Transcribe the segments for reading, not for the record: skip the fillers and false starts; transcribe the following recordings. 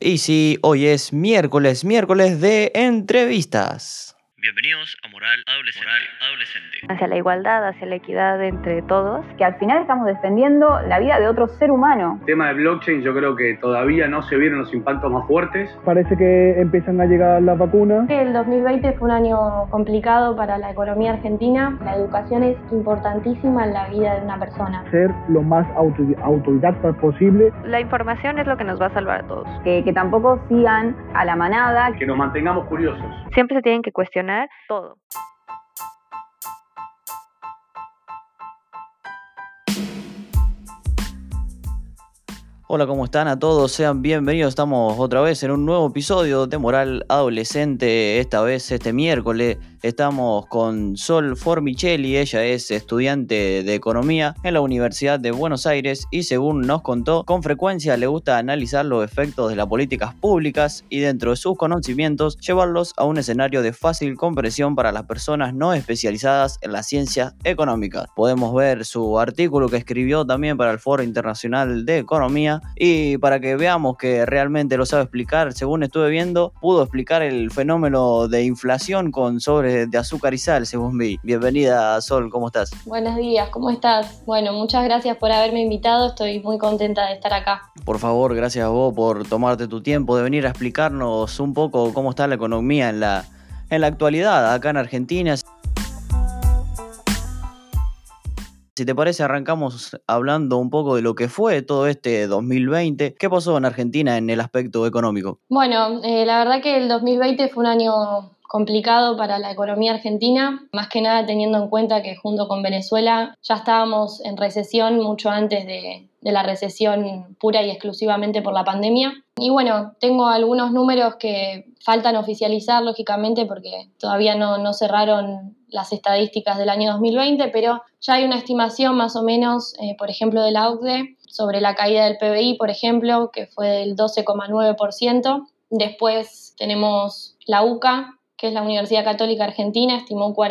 Y sí, hoy es miércoles de entrevistas. Bienvenidos a Moral Adolescente. Hacia la igualdad, hacia la equidad entre todos. Que al final estamos defendiendo la vida de otro ser humano. El tema de blockchain yo creo que todavía no se vieron los impactos más fuertes. Parece que empiezan a llegar las vacunas. El 2020 fue un año complicado para la economía argentina. La educación es importantísima en la vida de una persona. Ser lo más autodidactas posible. La información es lo que nos va a salvar a todos. Que tampoco sigan a la manada. Que nos mantengamos curiosos. Siempre se tienen que cuestionar todo. Hola, ¿cómo están a todos? Sean bienvenidos. Estamos otra vez en un nuevo episodio de Moral Adolescente. Esta vez, este miércoles, estamos con Sol Formicelli. Ella es estudiante de Economía en la Universidad de Buenos Aires y, según nos contó, con frecuencia le gusta analizar los efectos de las políticas públicas y, dentro de sus conocimientos, llevarlos a un escenario de fácil comprensión para las personas no especializadas en las ciencias económicas. Podemos ver su artículo que escribió también para el Foro Internacional de Economía. Y para que veamos que realmente lo sabe explicar, según estuve viendo, pudo explicar el fenómeno de inflación con sobres de azúcar y sal, según vi. Bienvenida, Sol, ¿cómo estás? Buenos días, ¿cómo estás? Bueno, muchas gracias por haberme invitado, estoy muy contenta de estar acá. Por favor, gracias a vos por tomarte tu tiempo de venir a explicarnos un poco cómo está la economía en la actualidad acá en Argentina. Si te parece, arrancamos hablando un poco de lo que fue todo este 2020. ¿Qué pasó en Argentina en el aspecto económico? Bueno, la verdad que el 2020 fue un año complicado para la economía argentina, más que nada teniendo en cuenta que junto con Venezuela ya estábamos en recesión mucho antes de la recesión pura y exclusivamente por la pandemia. Y bueno, tengo algunos números que faltan oficializar, lógicamente, porque todavía no cerraron las estadísticas del año 2020, pero ya hay una estimación más o menos, por ejemplo, de la OCDE sobre la caída del PBI, por ejemplo, que fue del 12,9%. Después tenemos la UCA, que es la Universidad Católica Argentina, estimó un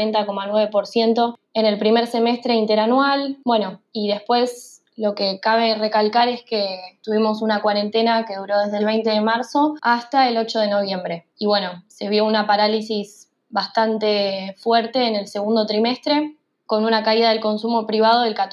40,9% en el primer semestre interanual. Bueno, y después lo que cabe recalcar es que tuvimos una cuarentena que duró desde el 20 de marzo hasta el 8 de noviembre. Y bueno, se vio una parálisis bastante fuerte en el segundo trimestre, con una caída del consumo privado del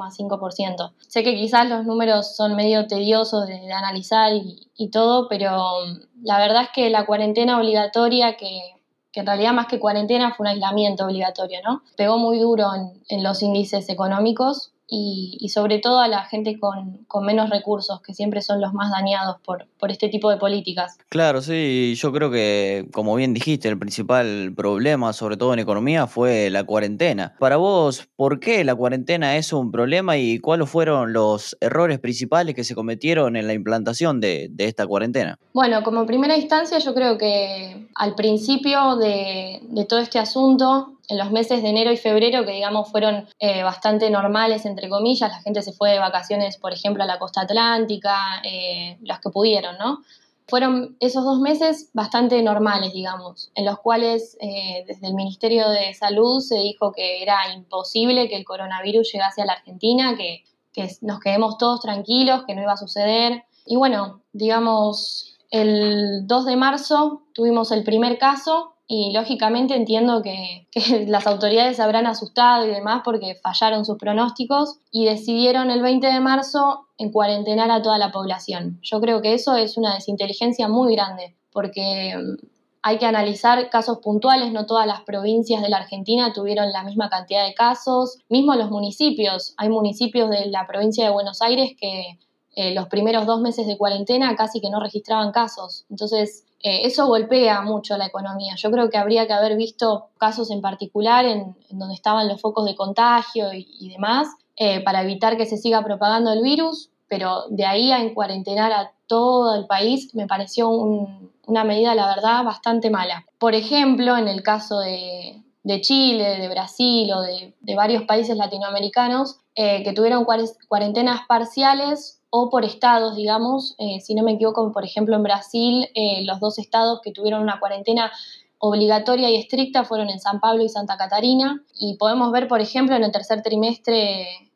14,5%. Sé que quizás los números son medio tediosos de analizar y todo, pero la verdad es que la cuarentena obligatoria, que en realidad más que cuarentena fue un aislamiento obligatorio, ¿no? Pegó muy duro en los índices económicos y sobre todo a la gente con menos recursos, que siempre son los más dañados por este tipo de políticas. Claro, sí, yo creo que, como bien dijiste, el principal problema, sobre todo en economía, fue la cuarentena. Para vos, ¿por qué la cuarentena es un problema y cuáles fueron los errores principales que se cometieron en la implantación de esta cuarentena? Bueno, como primera instancia, yo creo que al principio de todo este asunto, en los meses de enero y febrero, que digamos fueron bastante normales, entre comillas, la gente se fue de vacaciones, por ejemplo, a la costa atlántica, las que pudieron, ¿no? Fueron esos 2 meses bastante normales, digamos, en los cuales desde el Ministerio de Salud se dijo que era imposible que el coronavirus llegase a la Argentina, que nos quedemos todos tranquilos, que no iba a suceder. Y bueno, digamos, el 2 de marzo tuvimos el primer caso y lógicamente entiendo que las autoridades se habrán asustado y demás porque fallaron sus pronósticos y decidieron el 20 de marzo en cuarentenar a toda la población. Yo creo que eso es una desinteligencia muy grande porque hay que analizar casos puntuales, no todas las provincias de la Argentina tuvieron la misma cantidad de casos, mismo los municipios. Hay municipios de la provincia de Buenos Aires que los primeros 2 meses de cuarentena casi que no registraban casos. Entonces, eso golpea mucho a la economía. Yo creo que habría que haber visto casos en particular en donde estaban los focos de contagio y demás para evitar que se siga propagando el virus, pero de ahí a encuarentenar a todo el país me pareció una medida, la verdad, bastante mala. Por ejemplo, en el caso de Chile, de Brasil o de varios países latinoamericanos que tuvieron cuarentenas parciales o por estados, digamos, si no me equivoco, por ejemplo en Brasil, los 2 estados que tuvieron una cuarentena obligatoria y estricta fueron en San Pablo y Santa Catarina, y podemos ver, por ejemplo, en el tercer trimestre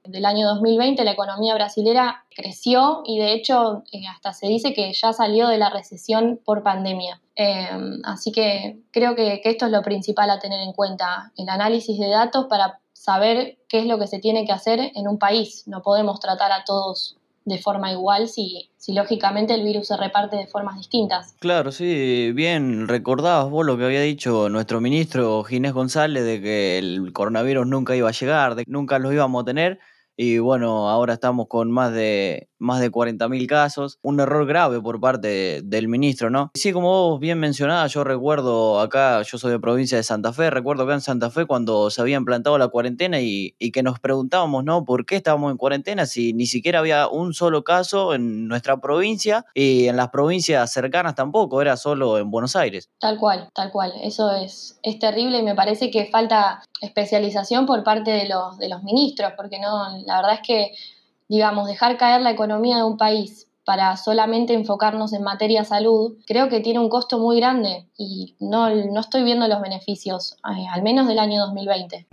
del año 2020 la economía brasilera creció y de hecho hasta se dice que ya salió de la recesión por pandemia. Así que creo que esto es lo principal a tener en cuenta, el análisis de datos para saber qué es lo que se tiene que hacer en un país. No podemos tratar a todos de forma igual si lógicamente el virus se reparte de formas distintas. Claro, sí, bien recordabas vos lo que había dicho nuestro ministro Ginés González de que el coronavirus nunca iba a llegar, de que nunca los íbamos a tener. Y bueno, ahora estamos con más de 40.000 casos. Un error grave por parte del ministro, ¿no? Sí, como vos bien mencionabas, yo recuerdo acá, yo soy de provincia de Santa Fe, recuerdo acá en Santa Fe cuando se había implantado la cuarentena y que nos preguntábamos, ¿no? ¿Por qué estábamos en cuarentena si ni siquiera había un solo caso en nuestra provincia y en las provincias cercanas tampoco, era solo en Buenos Aires? Tal cual. Eso es terrible y me parece que falta especialización por parte de los ministros, porque no, la verdad es que, digamos, dejar caer la economía de un país para solamente enfocarnos en materia salud, creo que tiene un costo muy grande y no estoy viendo los beneficios, al menos del año 2020.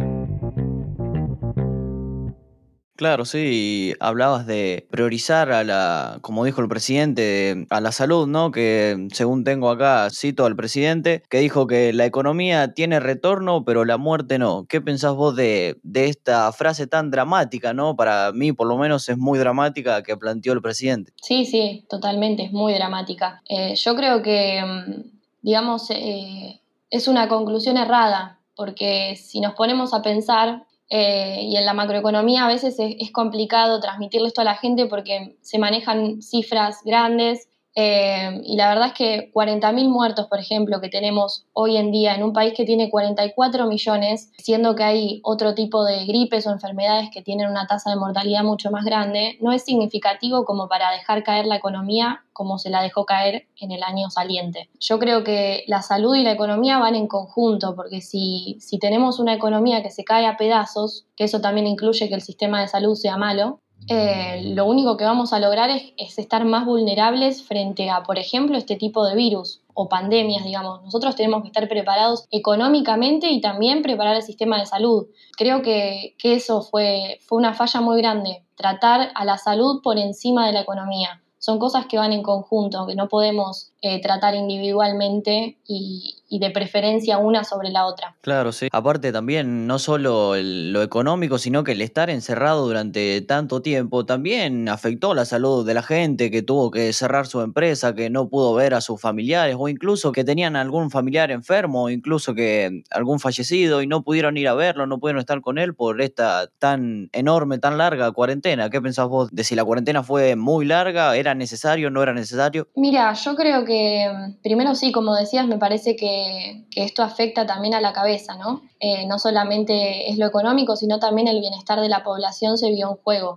Claro, sí, y hablabas de priorizar como dijo el presidente, a la salud, ¿no? Que según tengo acá, cito al presidente, que dijo que la economía tiene retorno, pero la muerte no. ¿Qué pensás vos de esta frase tan dramática, ¿no? Para mí, por lo menos, es muy dramática que planteó el presidente. Sí, totalmente, es muy dramática. Yo creo que, digamos, es una conclusión errada, porque si nos ponemos a pensar, y en la macroeconomía a veces es complicado transmitirle esto a la gente porque se manejan cifras grandes, y la verdad es que 40.000 muertos, por ejemplo, que tenemos hoy en día en un país que tiene 44 millones, siendo que hay otro tipo de gripes o enfermedades que tienen una tasa de mortalidad mucho más grande, no es significativo como para dejar caer la economía como se la dejó caer en el año saliente. Yo creo que la salud y la economía van en conjunto, porque si tenemos una economía que se cae a pedazos, que eso también incluye que el sistema de salud sea malo, lo único que vamos a lograr es estar más vulnerables frente a, por ejemplo, este tipo de virus o pandemias, digamos. Nosotros tenemos que estar preparados económicamente y también preparar el sistema de salud. Creo que eso fue una falla muy grande, tratar a la salud por encima de la economía. Son cosas que van en conjunto, que no podemos tratar individualmente y de preferencia una sobre la otra. Claro, sí. Aparte también, no solo lo económico, sino que el estar encerrado durante tanto tiempo también afectó la salud de la gente que tuvo que cerrar su empresa, que no pudo ver a sus familiares o incluso que tenían algún familiar enfermo o incluso que algún fallecido y no pudieron ir a verlo, no pudieron estar con él por esta tan enorme, tan larga cuarentena. ¿Qué pensás vos de si la cuarentena fue muy larga, era necesario, no era necesario? Mira, yo creo que primero sí, como decías, me parece que esto afecta también a la cabeza, ¿no? No solamente es lo económico, sino también el bienestar de la población se vio en juego.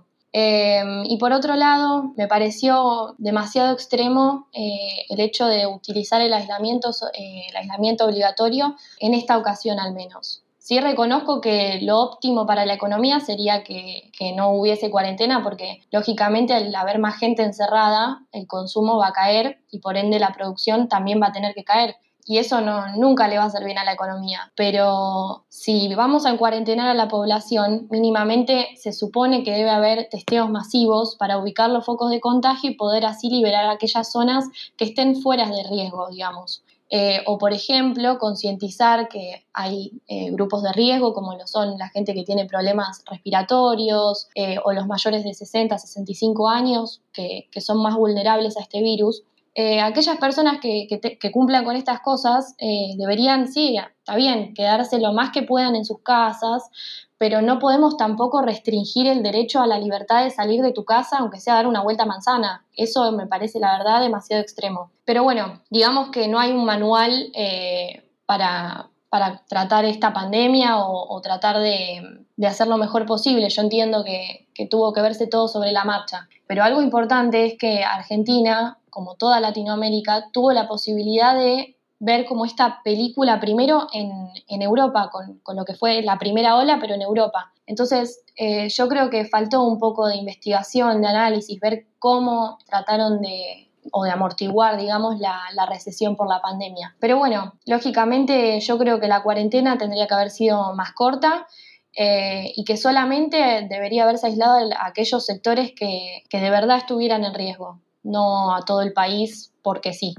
Y por otro lado, me pareció demasiado extremo el hecho de utilizar el aislamiento obligatorio en esta ocasión al menos. Sí reconozco que lo óptimo para la economía sería que no hubiese cuarentena porque lógicamente al haber más gente encerrada el consumo va a caer y por ende la producción también va a tener que caer. Y eso nunca le va a hacer bien a la economía. Pero si vamos a cuarentenar a la población, mínimamente se supone que debe haber testeos masivos para ubicar los focos de contagio y poder así liberar aquellas zonas que estén fuera de riesgo, digamos. O, por ejemplo, concientizar que hay grupos de riesgo, como lo son la gente que tiene problemas respiratorios o los mayores de 60, 65 años, que son más vulnerables a este virus. Aquellas personas que cumplan con estas cosas deberían, sí, está bien, quedarse lo más que puedan en sus casas, pero no podemos tampoco restringir el derecho a la libertad de salir de tu casa, aunque sea dar una vuelta a manzana. Eso me parece, la verdad, demasiado extremo. Pero bueno, digamos que no hay un manual para tratar esta pandemia o tratar de hacer lo mejor posible. Yo entiendo que tuvo que verse todo sobre la marcha. Pero algo importante es que Argentina, como toda Latinoamérica, tuvo la posibilidad de ver como esta película primero en Europa, con lo que fue la primera ola, pero en Europa. Entonces, yo creo que faltó un poco de investigación, de análisis, ver cómo trataron de amortiguar, digamos, la recesión por la pandemia. Pero bueno, lógicamente yo creo que la cuarentena tendría que haber sido más corta y que solamente debería haberse aislado a aquellos sectores que de verdad estuvieran en riesgo, no a todo el país porque sí.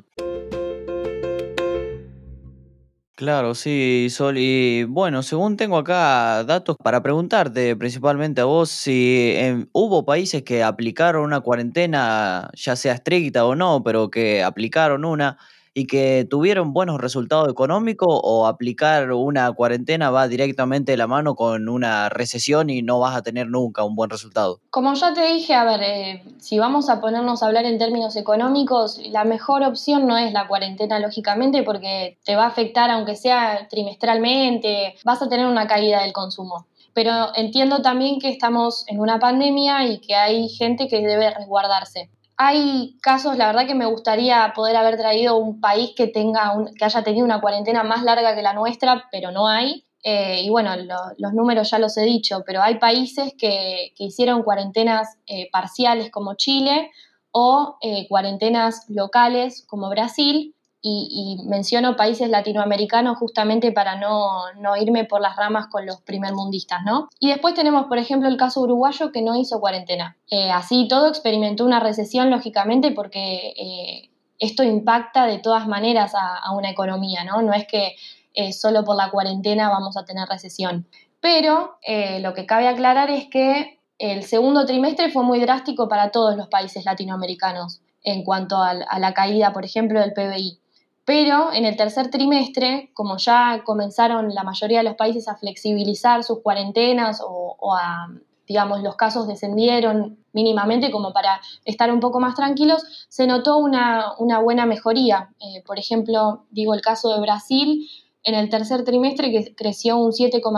Claro, sí, Sol. Y bueno, según tengo acá datos para preguntarte principalmente a vos, si hubo países que aplicaron una cuarentena, ya sea estricta o no, pero que aplicaron una y que tuvieron buenos resultados económicos, o aplicar una cuarentena va directamente de la mano con una recesión y no vas a tener nunca un buen resultado. Como ya te dije, a ver, si vamos a ponernos a hablar en términos económicos, la mejor opción no es la cuarentena, lógicamente, porque te va a afectar, aunque sea trimestralmente, vas a tener una caída del consumo. Pero entiendo también que estamos en una pandemia y que hay gente que debe resguardarse. Hay casos, la verdad que me gustaría poder haber traído un país que haya tenido una cuarentena más larga que la nuestra, pero no hay. Y bueno, los números ya los he dicho, pero hay países que hicieron cuarentenas parciales como Chile o cuarentenas locales como Brasil, y menciono países latinoamericanos justamente para no irme por las ramas con los primermundistas, ¿no? Y después tenemos, por ejemplo, el caso uruguayo, que no hizo cuarentena. Así todo experimentó una recesión, lógicamente, porque esto impacta de todas maneras a una economía, ¿no? No es que solo por la cuarentena vamos a tener recesión. Pero lo que cabe aclarar es que el segundo trimestre fue muy drástico para todos los países latinoamericanos en cuanto a la caída, por ejemplo, del PBI. Pero en el tercer trimestre, como ya comenzaron la mayoría de los países a flexibilizar sus cuarentenas o digamos, los casos descendieron mínimamente como para estar un poco más tranquilos, se notó una buena mejoría. Por ejemplo, digo el caso de Brasil, en el tercer trimestre que creció un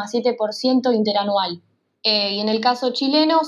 7,7% interanual. Y en el caso chileno,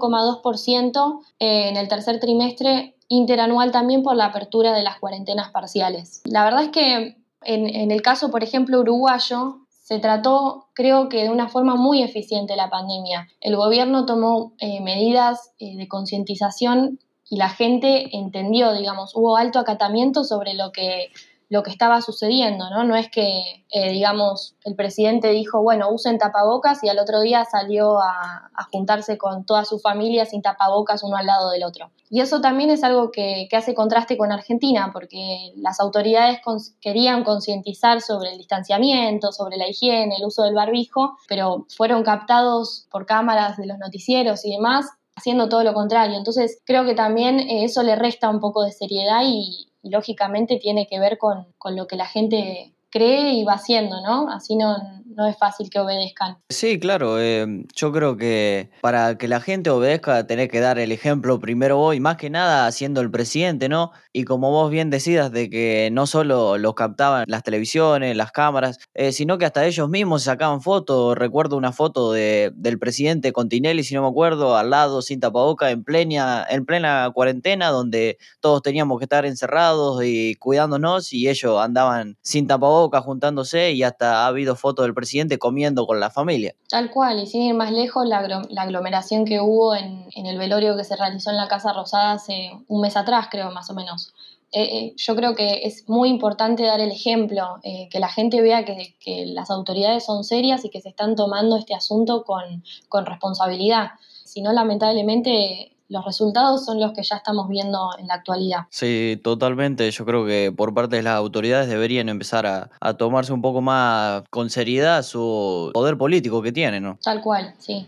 5,2% en el tercer trimestre interanual, también por la apertura de las cuarentenas parciales. La verdad es que en el caso, por ejemplo, uruguayo, se trató, creo que de una forma muy eficiente la pandemia. El gobierno tomó medidas de concientización y la gente entendió, digamos, hubo alto acatamiento sobre lo que estaba sucediendo, ¿no? No es que, digamos, el presidente dijo, bueno, usen tapabocas, y al otro día salió a juntarse con toda su familia sin tapabocas uno al lado del otro. Y eso también es algo que hace contraste con Argentina, porque las autoridades querían concientizar sobre el distanciamiento, sobre la higiene, el uso del barbijo, pero fueron captados por cámaras de los noticieros y demás haciendo todo lo contrario. Entonces creo que también eso le resta un poco de seriedad y lógicamente tiene que ver con lo que la gente cree y va haciendo, ¿no? Así no es fácil que obedezcan. Sí, claro, yo creo que para que la gente obedezca tenés que dar el ejemplo primero vos, y más que nada siendo el presidente, ¿no? Y como vos bien decías, de que no solo los captaban las televisiones, las cámaras, sino que hasta ellos mismos se sacaban fotos. Recuerdo una foto del presidente con Tinelli, si no me acuerdo, al lado sin tapaboca en plena cuarentena, donde todos teníamos que estar encerrados y cuidándonos, y ellos andaban sin tapabocas juntándose, y hasta ha habido fotos del presidente comiendo con la familia. Tal cual, y sin ir más lejos, la aglomeración que hubo en el velorio que se realizó en la Casa Rosada hace un mes atrás, creo, más o menos. Yo creo que es muy importante dar el ejemplo, que la gente vea que las autoridades son serias y que se están tomando este asunto con responsabilidad. Si no, lamentablemente, los resultados son los que ya estamos viendo en la actualidad. Sí, totalmente. Yo creo que por parte de las autoridades deberían empezar a tomarse un poco más con seriedad su poder político que tienen, ¿no? Tal cual, sí.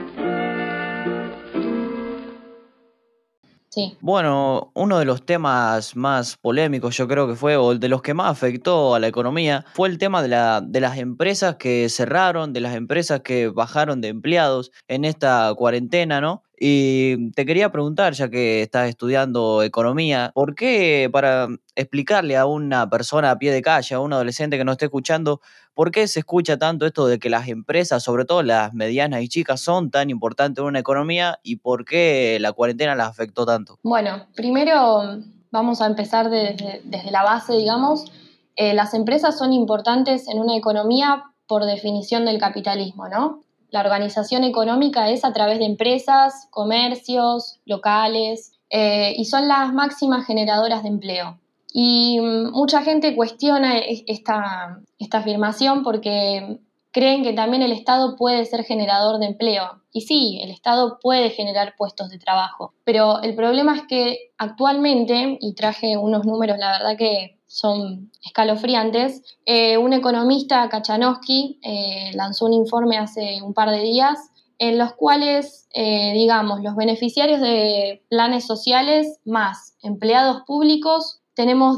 Sí. Bueno, uno de los temas más polémicos, yo creo que fue, o de los que más afectó a la economía, fue el tema de las empresas que cerraron, de las empresas que bajaron de empleados en esta cuarentena, ¿no? Y te quería preguntar, ya que estás estudiando economía, ¿por qué, para explicarle a una persona a pie de calle, a un adolescente que no esté escuchando, por qué se escucha tanto esto de que las empresas, sobre todo las medianas y chicas, son tan importantes en una economía, y por qué la cuarentena las afectó tanto? Bueno, primero vamos a empezar desde la base, digamos. Las empresas son importantes en una economía por definición del capitalismo, ¿no? La organización económica es a través de empresas, comercios, locales, y son las máximas generadoras de empleo. Y mucha gente cuestiona esta afirmación porque creen que también el Estado puede ser generador de empleo. Y sí, el Estado puede generar puestos de trabajo, pero el problema es que actualmente, y traje unos números, la verdad que son escalofriantes, un economista, Kachanowski, lanzó un informe hace un par de días en los cuales, los beneficiarios de planes sociales más empleados públicos, tenemos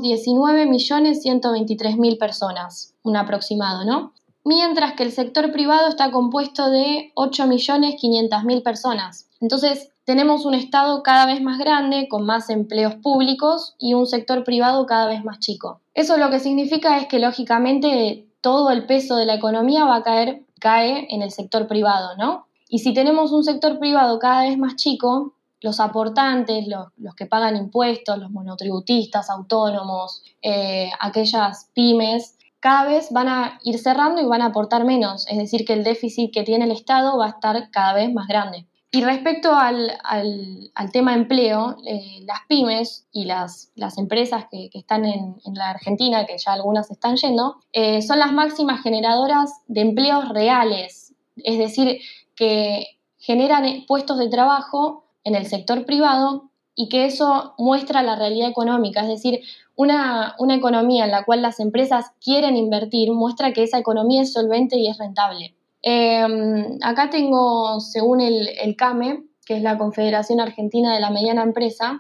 19.123.000 personas, un aproximado, ¿no? Mientras que el sector privado está compuesto de 8.500.000 personas. Entonces, tenemos un Estado cada vez más grande, con más empleos públicos, y un sector privado cada vez más chico. Eso lo que significa es que, lógicamente, todo el peso de la economía cae en el sector privado, ¿no? Y si tenemos un sector privado cada vez más chico, los aportantes, los que pagan impuestos, los monotributistas, autónomos, aquellas pymes, cada vez van a ir cerrando y van a aportar menos. Es decir, que el déficit que tiene el Estado va a estar cada vez más grande. Y respecto al tema empleo, las pymes y las empresas que están en la Argentina, que ya algunas están yendo, son las máximas generadoras de empleos reales. Es decir, que generan puestos de trabajo en el sector privado y que eso muestra la realidad económica. Es decir, una economía en la cual las empresas quieren invertir muestra que esa economía es solvente y es rentable. Acá tengo, según el CAME, que es la Confederación Argentina de la Mediana Empresa,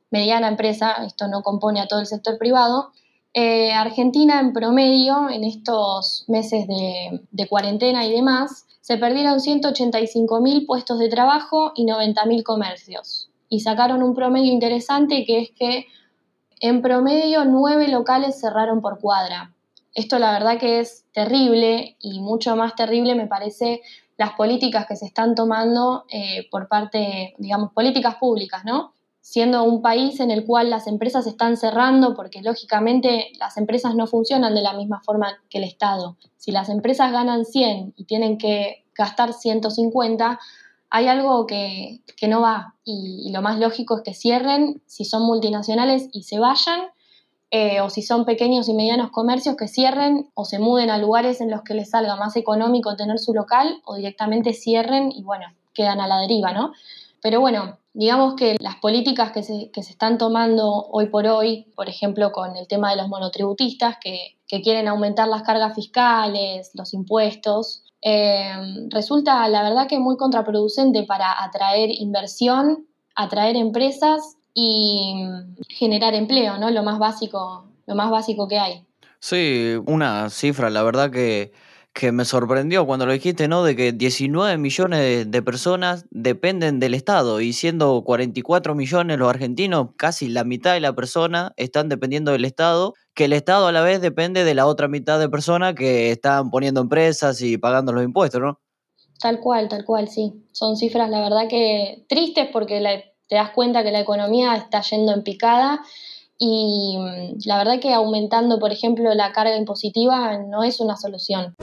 esto no compone a todo el sector privado, Argentina en promedio, en estos meses de cuarentena y demás, se perdieron 185.000 puestos de trabajo y 90.000 comercios. Y sacaron un promedio interesante, que es que en promedio 9 locales cerraron por cuadra. Esto la verdad que es terrible, y mucho más terrible me parece las políticas que se están tomando por parte, políticas públicas, ¿no? Siendo un país en el cual las empresas están cerrando, porque lógicamente las empresas no funcionan de la misma forma que el Estado. Si las empresas ganan 100 y tienen que gastar 150, hay algo que no va, y lo más lógico es que cierren si son multinacionales y se vayan, o si son pequeños y medianos comercios, que cierren o se muden a lugares en los que les salga más económico tener su local, o directamente cierren y quedan a la deriva, ¿no? Pero bueno, digamos que las políticas que se están tomando hoy, por ejemplo, con el tema de los monotributistas que quieren aumentar las cargas fiscales, los impuestos, resulta la verdad que muy contraproducente para atraer inversión, atraer empresas y generar empleo, ¿no? Lo más básico que hay. Sí, una cifra, la verdad que me sorprendió cuando lo dijiste, ¿no? De que 19 millones de personas dependen del Estado, y siendo 44 millones los argentinos, casi la mitad de la persona están dependiendo del Estado, que el Estado a la vez depende de la otra mitad de personas que están poniendo empresas y pagando los impuestos, ¿no? Tal cual, sí. Son cifras, la verdad que tristes, porque te das cuenta que la economía está yendo en picada, y la verdad que aumentando, por ejemplo, la carga impositiva no es una solución.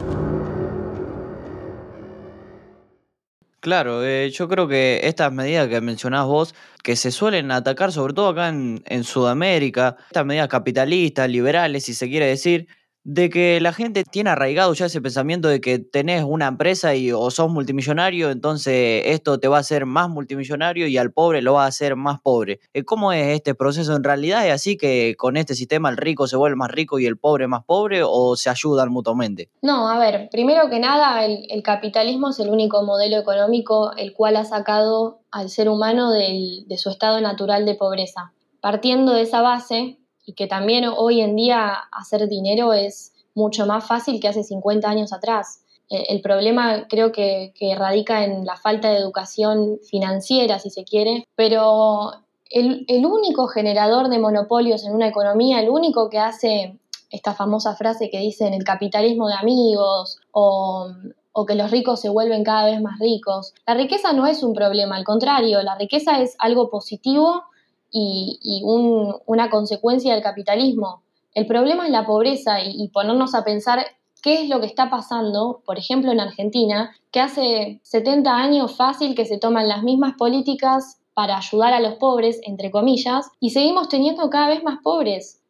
Claro, yo creo que estas medidas que mencionás vos, que se suelen atacar sobre todo acá en Sudamérica, estas medidas capitalistas, liberales, si se quiere decir, de que la gente tiene arraigado ya ese pensamiento de que tenés una empresa o sos multimillonario, entonces esto te va a hacer más multimillonario y al pobre lo va a hacer más pobre. ¿Cómo es este proceso? ¿En realidad es así, que con este sistema el rico se vuelve más rico y el pobre más pobre, o se ayudan mutuamente? No, a ver, primero que nada, el capitalismo es el único modelo económico el cual ha sacado al ser humano de su estado natural de pobreza. Partiendo de esa base, y que también hoy en día hacer dinero es mucho más fácil que hace 50 años atrás. El problema creo que radica en la falta de educación financiera, si se quiere, pero el único generador de monopolios en una economía, el único que hace esta famosa frase que dicen el capitalismo de amigos, o que los ricos se vuelven cada vez más ricos. La riqueza no es un problema, al contrario, la riqueza es algo positivo y una consecuencia del capitalismo. El problema es la pobreza, y ponernos a pensar qué es lo que está pasando, por ejemplo, en Argentina, que hace 70 años fácil que se toman las mismas políticas para ayudar a los pobres, entre comillas, y seguimos teniendo cada vez más pobres.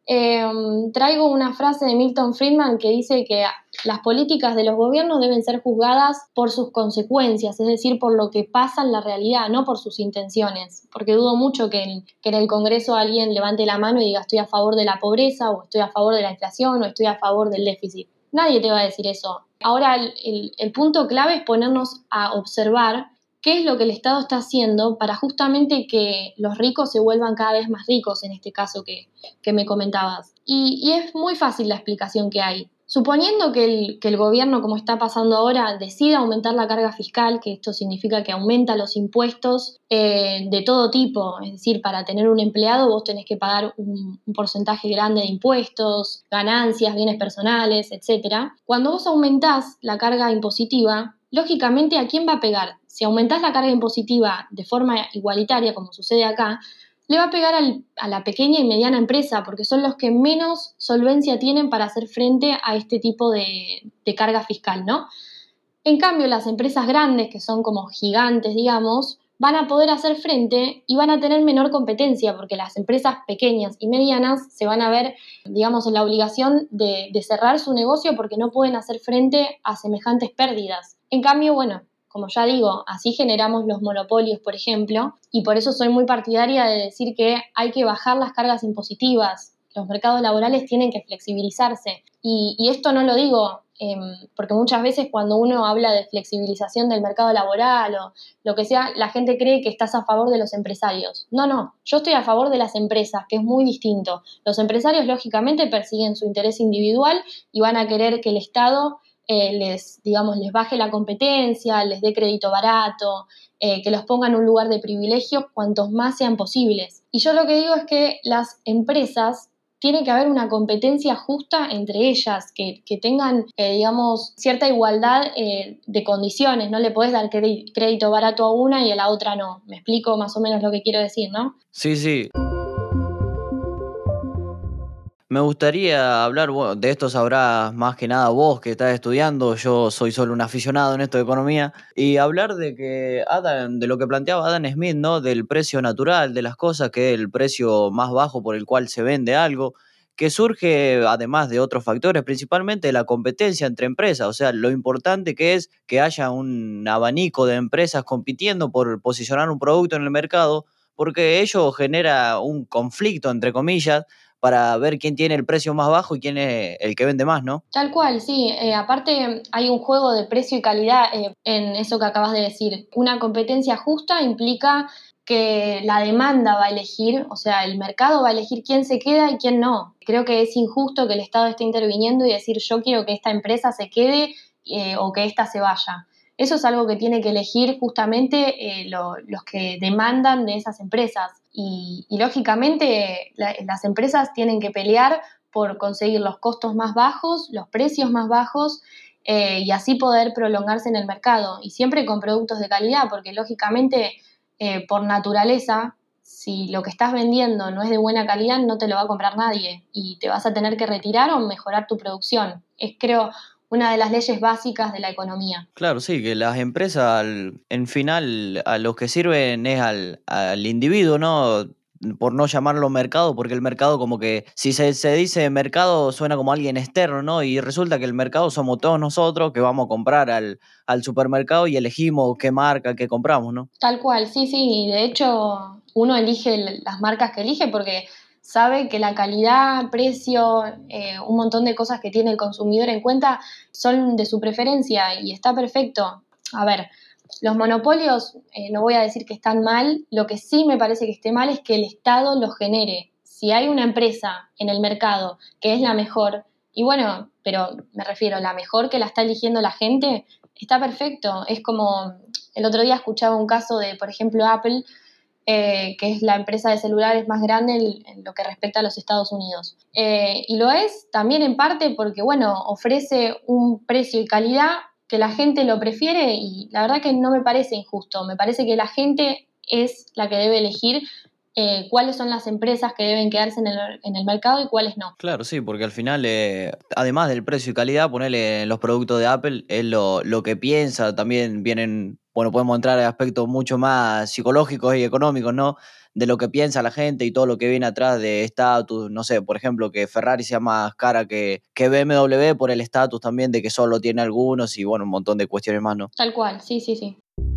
traigo una frase de Milton Friedman que dice que las políticas de los gobiernos deben ser juzgadas por sus consecuencias, es decir, por lo que pasa en la realidad, no por sus intenciones, porque dudo mucho que en el Congreso alguien levante la mano y diga estoy a favor de la pobreza, o estoy a favor de la inflación, o estoy a favor del déficit. Nadie te va a decir eso. Ahora, el punto clave es ponernos a observar qué es lo que el Estado está haciendo para justamente que los ricos se vuelvan cada vez más ricos, en este caso que me comentabas. Y es muy fácil la explicación que hay. Suponiendo que el gobierno, como está pasando ahora, decida aumentar la carga fiscal, que esto significa que aumenta los impuestos de todo tipo, es decir, para tener un empleado vos tenés que pagar un porcentaje grande de impuestos, ganancias, bienes personales, etc. Cuando vos aumentás la carga impositiva, lógicamente, ¿a quién va a pegar? Si aumentás la carga impositiva de forma igualitaria, como sucede acá, le va a pegar a la pequeña y mediana empresa, porque son los que menos solvencia tienen para hacer frente a este tipo de carga fiscal, ¿no? En cambio, las empresas grandes, que son como gigantes, digamos, van a poder hacer frente y van a tener menor competencia, porque las empresas pequeñas y medianas se van a ver, digamos, en la obligación de cerrar su negocio porque no pueden hacer frente a semejantes pérdidas. En cambio, bueno, como ya digo, así generamos los monopolios, por ejemplo, y por eso soy muy partidaria de decir que hay que bajar las cargas impositivas. Los mercados laborales tienen que flexibilizarse. Y esto no lo digo porque muchas veces cuando uno habla de flexibilización del mercado laboral o lo que sea, la gente cree que estás a favor de los empresarios. No, yo estoy a favor de las empresas, que es muy distinto. Los empresarios, lógicamente, persiguen su interés individual y van a querer que el Estado les baje la competencia, les dé crédito barato, que los ponga en un lugar de privilegio cuantos más sean posibles. Y yo lo que digo es que las empresas tiene que haber una competencia justa entre ellas, que tengan, cierta igualdad de condiciones. No le podés dar crédito barato a una y a la otra no. Me explico más o menos lo que quiero decir, ¿no? Sí. Me gustaría hablar, bueno, de esto sabrás más que nada vos que estás estudiando, yo soy solo un aficionado en esto de economía, y hablar de lo que planteaba Adam Smith, ¿no? Del precio natural de las cosas, que es el precio más bajo por el cual se vende algo, que surge además de otros factores, principalmente de la competencia entre empresas, o sea, lo importante que es que haya un abanico de empresas compitiendo por posicionar un producto en el mercado, porque ello genera un conflicto, entre comillas, para ver quién tiene el precio más bajo y quién es el que vende más, ¿no? Tal cual, sí. Aparte hay un juego de precio y calidad en eso que acabas de decir. Una competencia justa implica que la demanda va a elegir, o sea, el mercado va a elegir quién se queda y quién no. Creo que es injusto que el Estado esté interviniendo y decir yo quiero que esta empresa se quede o que esta se vaya. Eso es algo que tiene que elegir justamente los que demandan de esas empresas. Y lógicamente las empresas tienen que pelear por conseguir los costos más bajos, los precios más bajos y así poder prolongarse en el mercado. Y siempre con productos de calidad, porque lógicamente por naturaleza, si lo que estás vendiendo no es de buena calidad, no te lo va a comprar nadie y te vas a tener que retirar o mejorar tu producción. Es, creo, una de las leyes básicas de la economía. Claro, sí, que las empresas, en final, a los que sirven es al individuo, ¿no? Por no llamarlo mercado, porque el mercado como que, si se dice mercado, suena como alguien externo, ¿no? Y resulta que el mercado somos todos nosotros que vamos a comprar al supermercado y elegimos qué marca, qué compramos, ¿no? Tal cual, sí, y de hecho uno elige las marcas que elige porque sabe que la calidad, precio, un montón de cosas que tiene el consumidor en cuenta son de su preferencia y está perfecto. A ver, los monopolios no voy a decir que están mal, lo que sí me parece que esté mal es que el Estado los genere. Si hay una empresa en el mercado que es la mejor, y bueno, pero me refiero a la mejor que la está eligiendo la gente, está perfecto. Es como, el otro día escuchaba un caso de, por ejemplo, Apple, que es la empresa de celulares más grande en lo que respecta a los Estados Unidos. Y lo es también en parte porque, bueno, ofrece un precio y calidad que la gente lo prefiere y la verdad que no me parece injusto. Me parece que la gente es la que debe elegir cuáles son las empresas que deben quedarse en el mercado y cuáles no. Claro, sí, porque al final, además del precio y calidad, ponerle en los productos de Apple es lo que piensa, también vienen bueno, podemos entrar en aspectos mucho más psicológicos y económicos, ¿no? De lo que piensa la gente y todo lo que viene atrás de estatus, no sé, por ejemplo, que Ferrari sea más cara que BMW por el estatus también de que solo tiene algunos y bueno, un montón de cuestiones más, ¿no? Tal cual, sí, sí, sí.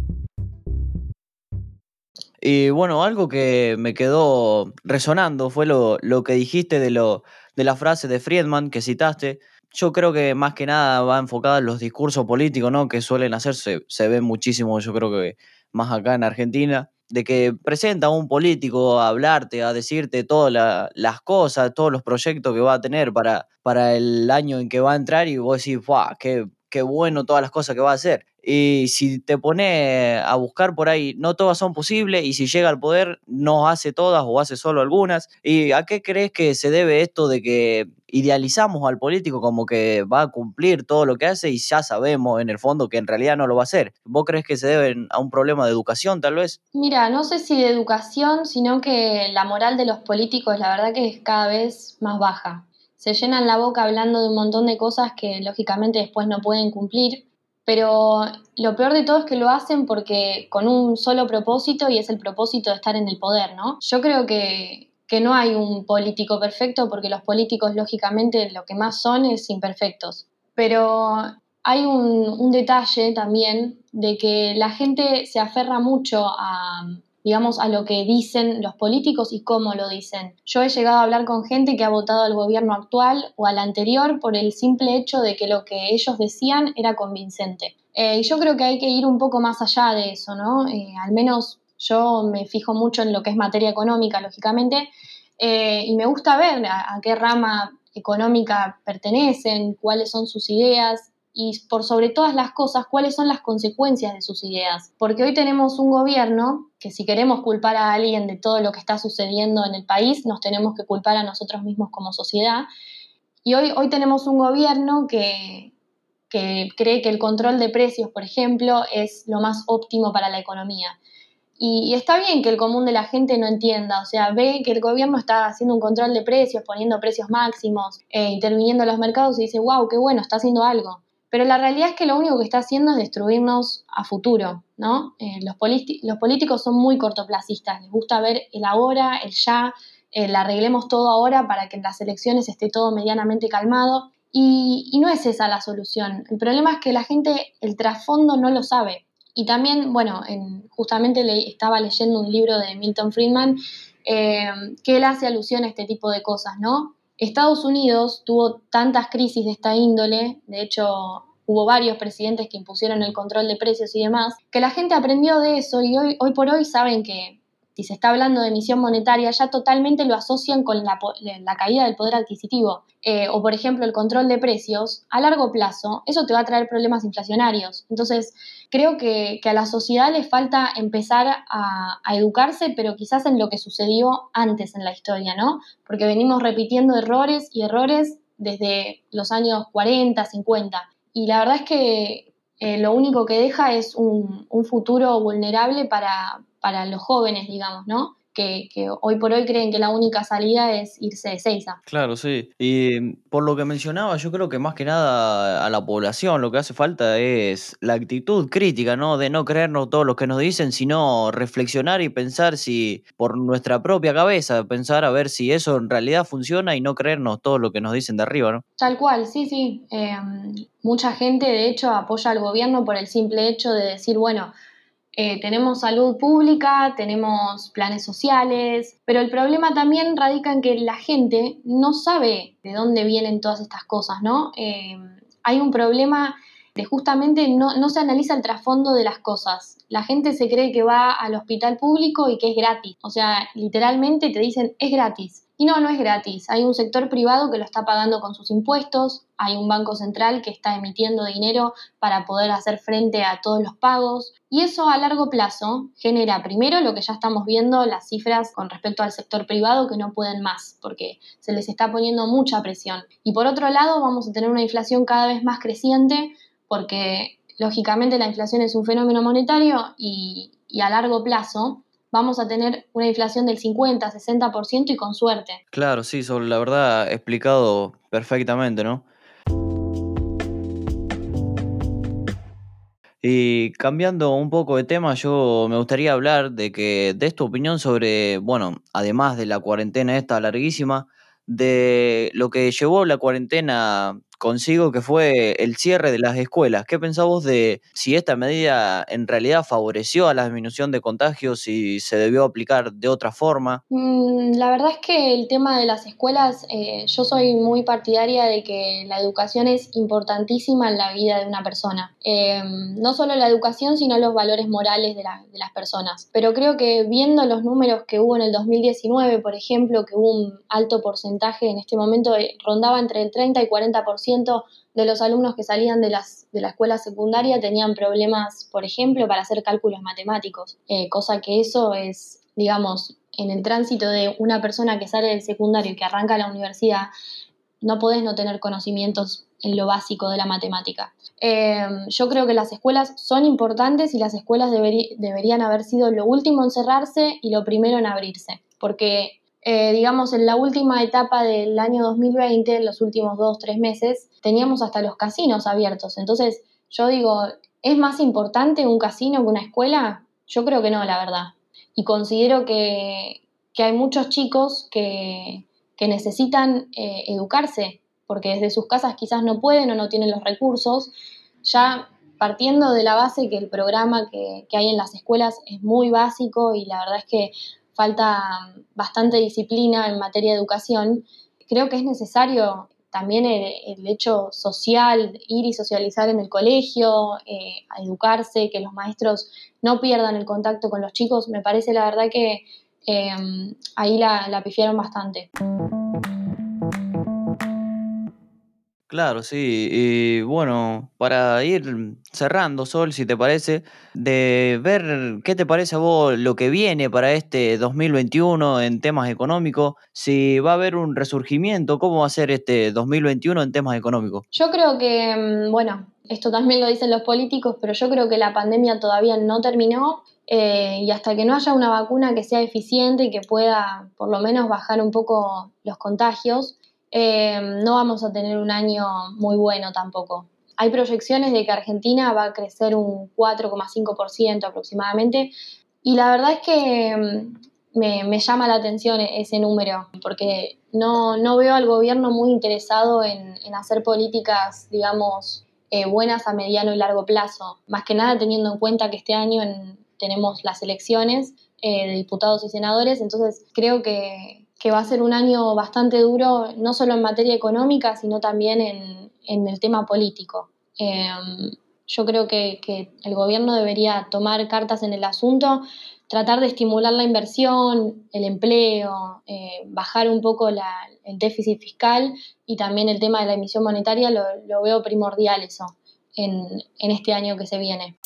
Y bueno, algo que me quedó resonando fue lo que dijiste de la frase de Friedman que citaste. Yo creo que más que nada va enfocada en los discursos políticos, ¿no? Que suelen hacerse, se ve muchísimo, yo creo que más acá en Argentina, de que presenta a un político a hablarte, a decirte todas las cosas, todos los proyectos que va a tener para el año en que va a entrar y vos decís, ¡guau! Qué bueno todas las cosas que va a hacer. Y si te pones a buscar por ahí, no todas son posibles y si llega al poder no hace todas o hace solo algunas. ¿Y a qué crees que se debe esto de que idealizamos al político como que va a cumplir todo lo que hace y ya sabemos en el fondo que en realidad no lo va a hacer? ¿Vos crees que se debe a un problema de educación tal vez? Mira, no sé si de educación, sino que la moral de los políticos, la verdad que es cada vez más baja. Se llenan la boca hablando de un montón de cosas que lógicamente después no pueden cumplir, pero lo peor de todo es que lo hacen porque con un solo propósito y es el propósito de estar en el poder, ¿no? Yo creo que no hay un político perfecto porque los políticos lógicamente lo que más son es imperfectos, pero hay un detalle también de que la gente se aferra mucho a, digamos, a lo que dicen los políticos y cómo lo dicen. Yo he llegado a hablar con gente que ha votado al gobierno actual o al anterior por el simple hecho de que lo que ellos decían era convincente. Y yo creo que hay que ir un poco más allá de eso, ¿no? Al menos yo me fijo mucho en lo que es materia económica, lógicamente, y me gusta ver a qué rama económica pertenecen, cuáles son sus ideas y por sobre todas las cosas, cuáles son las consecuencias de sus ideas. Porque hoy tenemos un gobierno que si queremos culpar a alguien de todo lo que está sucediendo en el país, nos tenemos que culpar a nosotros mismos como sociedad. Y hoy tenemos un gobierno que cree que el control de precios, por ejemplo, es lo más óptimo para la economía. Y está bien que el común de la gente no entienda, o sea, ve que el gobierno está haciendo un control de precios, poniendo precios máximos, interviniendo en los mercados y dice, wow, qué bueno, está haciendo algo. Pero la realidad es que lo único que está haciendo es destruirnos a futuro, ¿no? Los políticos son muy cortoplacistas, les gusta ver el ahora, el ya, el arreglemos todo ahora para que en las elecciones esté todo medianamente calmado. Y no es esa la solución. El problema es que la gente, el trasfondo no lo sabe. Y también, bueno, justamente estaba leyendo un libro de Milton Friedman que él hace alusión a este tipo de cosas, ¿no? Estados Unidos tuvo tantas crisis de esta índole, de hecho hubo varios presidentes que impusieron el control de precios y demás, que la gente aprendió de eso y hoy por hoy saben que si se está hablando de emisión monetaria, ya totalmente lo asocian con la caída del poder adquisitivo. O, por ejemplo, el control de precios, a largo plazo, eso te va a traer problemas inflacionarios. Entonces, creo que a la sociedad le falta empezar a educarse, pero quizás en lo que sucedió antes en la historia, ¿no? Porque venimos repitiendo errores y errores desde los años 40, 50. Y la verdad es que lo único que deja es un futuro vulnerable para los jóvenes, digamos, ¿no? Que hoy por hoy creen que la única salida es irse de Seiza. Claro, sí. Y por lo que mencionaba, yo creo que más que nada a la población lo que hace falta es la actitud crítica, ¿no? De no creernos todo lo que nos dicen, sino reflexionar y pensar si por nuestra propia cabeza, pensar a ver si eso en realidad funciona y no creernos todo lo que nos dicen de arriba, ¿no? Tal cual, sí, sí. Mucha gente, de hecho, apoya al gobierno por el simple hecho de decir, bueno, tenemos salud pública, tenemos planes sociales, pero el problema también radica en que la gente no sabe de dónde vienen todas estas cosas, ¿no? Hay un problema de justamente no se analiza el trasfondo de las cosas. La gente se cree que va al hospital público y que es gratis. O sea, literalmente te dicen es gratis. Y no es gratis. Hay un sector privado que lo está pagando con sus impuestos, hay un banco central que está emitiendo dinero para poder hacer frente a todos los pagos. Y eso a largo plazo genera primero lo que ya estamos viendo, las cifras con respecto al sector privado que no pueden más, porque se les está poniendo mucha presión. Y por otro lado vamos a tener una inflación cada vez más creciente, porque lógicamente la inflación es un fenómeno monetario y a largo plazo vamos a tener una inflación del 50, 60% y con suerte. Claro, sí, sobre la verdad explicado perfectamente, ¿no? Y cambiando un poco de tema, yo me gustaría hablar de tu opinión sobre, bueno, además de la cuarentena esta larguísima, de lo que llevó la cuarentena consigo, que fue el cierre de las escuelas. ¿Qué pensás vos de si esta medida en realidad favoreció a la disminución de contagios y se debió aplicar de otra forma? La verdad es que el tema de las escuelas, yo soy muy partidaria de que la educación es importantísima en la vida de una persona. No solo la educación, sino los valores morales de las personas. Pero creo que viendo los números que hubo en el 2019, por ejemplo, que hubo un alto porcentaje, en este momento rondaba entre el 30 y 40% de los alumnos que salían de la escuela secundaria tenían problemas, por ejemplo, para hacer cálculos matemáticos, cosa que eso es, digamos, en el tránsito de una persona que sale del secundario y que arranca a la universidad, no podés no tener conocimientos en lo básico de la matemática. Yo creo que las escuelas son importantes y las escuelas deberían haber sido lo último en cerrarse y lo primero en abrirse, porque digamos, en la última etapa del año 2020, en los últimos 2-3 meses, teníamos hasta los casinos abiertos. Entonces, yo digo, ¿es más importante un casino que una escuela? Yo creo que no, la verdad. Y considero que hay muchos chicos que necesitan educarse, porque desde sus casas quizás no pueden o no tienen los recursos, ya partiendo de la base que el programa que hay en las escuelas es muy básico y la verdad es que falta bastante disciplina en materia de educación. Creo que es necesario también el hecho social, ir y socializar en el colegio, a educarse, que los maestros no pierdan el contacto con los chicos. Me parece la verdad que ahí la pifiaron bastante. Claro, sí. Y bueno, para ir cerrando, Sol, si te parece, de ver qué te parece a vos lo que viene para este 2021 en temas económicos, si va a haber un resurgimiento, cómo va a ser este 2021 en temas económicos. Yo creo que, bueno, esto también lo dicen los políticos, pero yo creo que la pandemia todavía no terminó y hasta que no haya una vacuna que sea eficiente y que pueda por lo menos bajar un poco los contagios, no vamos a tener un año muy bueno tampoco. Hay proyecciones de que Argentina va a crecer un 4,5% aproximadamente y la verdad es que me llama la atención ese número porque no veo al gobierno muy interesado en hacer políticas, digamos, buenas a mediano y largo plazo. Más que nada teniendo en cuenta que este año tenemos las elecciones de diputados y senadores, entonces creo que va a ser un año bastante duro, no solo en materia económica, sino también en el tema político. Yo creo que el gobierno debería tomar cartas en el asunto, tratar de estimular la inversión, el empleo, bajar un poco el déficit fiscal y también el tema de la emisión monetaria lo veo primordial eso en este año que se viene.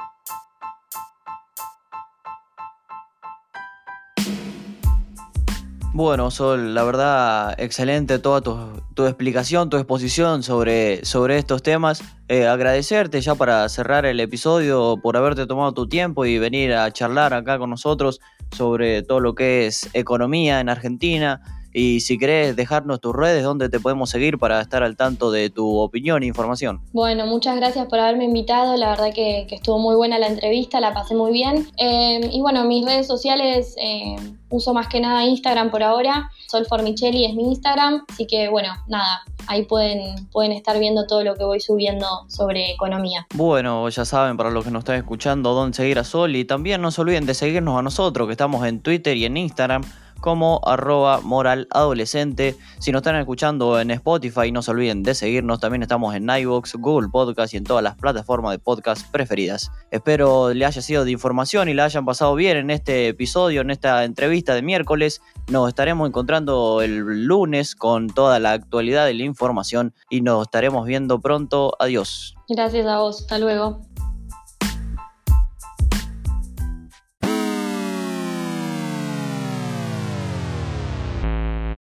Bueno, Sol, la verdad, excelente toda tu explicación, tu exposición sobre estos temas. Agradecerte ya para cerrar el episodio por haberte tomado tu tiempo y venir a charlar acá con nosotros sobre todo lo que es economía en Argentina. Y si querés dejarnos tus redes, donde te podemos seguir para estar al tanto de tu opinión e información. Bueno, muchas gracias por haberme invitado, la verdad que estuvo muy buena la entrevista, la pasé muy bien. Y bueno, mis redes sociales, uso más que nada Instagram por ahora, solformicheli es mi Instagram, así que bueno, nada, ahí pueden estar viendo todo lo que voy subiendo sobre economía. Bueno, ya saben, para los que nos están escuchando, dónde seguir a Sol, y también no se olviden de seguirnos a nosotros, que estamos en Twitter y en Instagram como @moraladolescente. Si nos están escuchando en Spotify, no se olviden de seguirnos. También estamos en iVoox, Google Podcast y en todas las plataformas de podcast preferidas. Espero le haya sido de información y la hayan pasado bien en este episodio, en esta entrevista de miércoles. Nos estaremos encontrando el lunes con toda la actualidad de la información y nos estaremos viendo pronto. Adiós. Gracias a vos, hasta luego.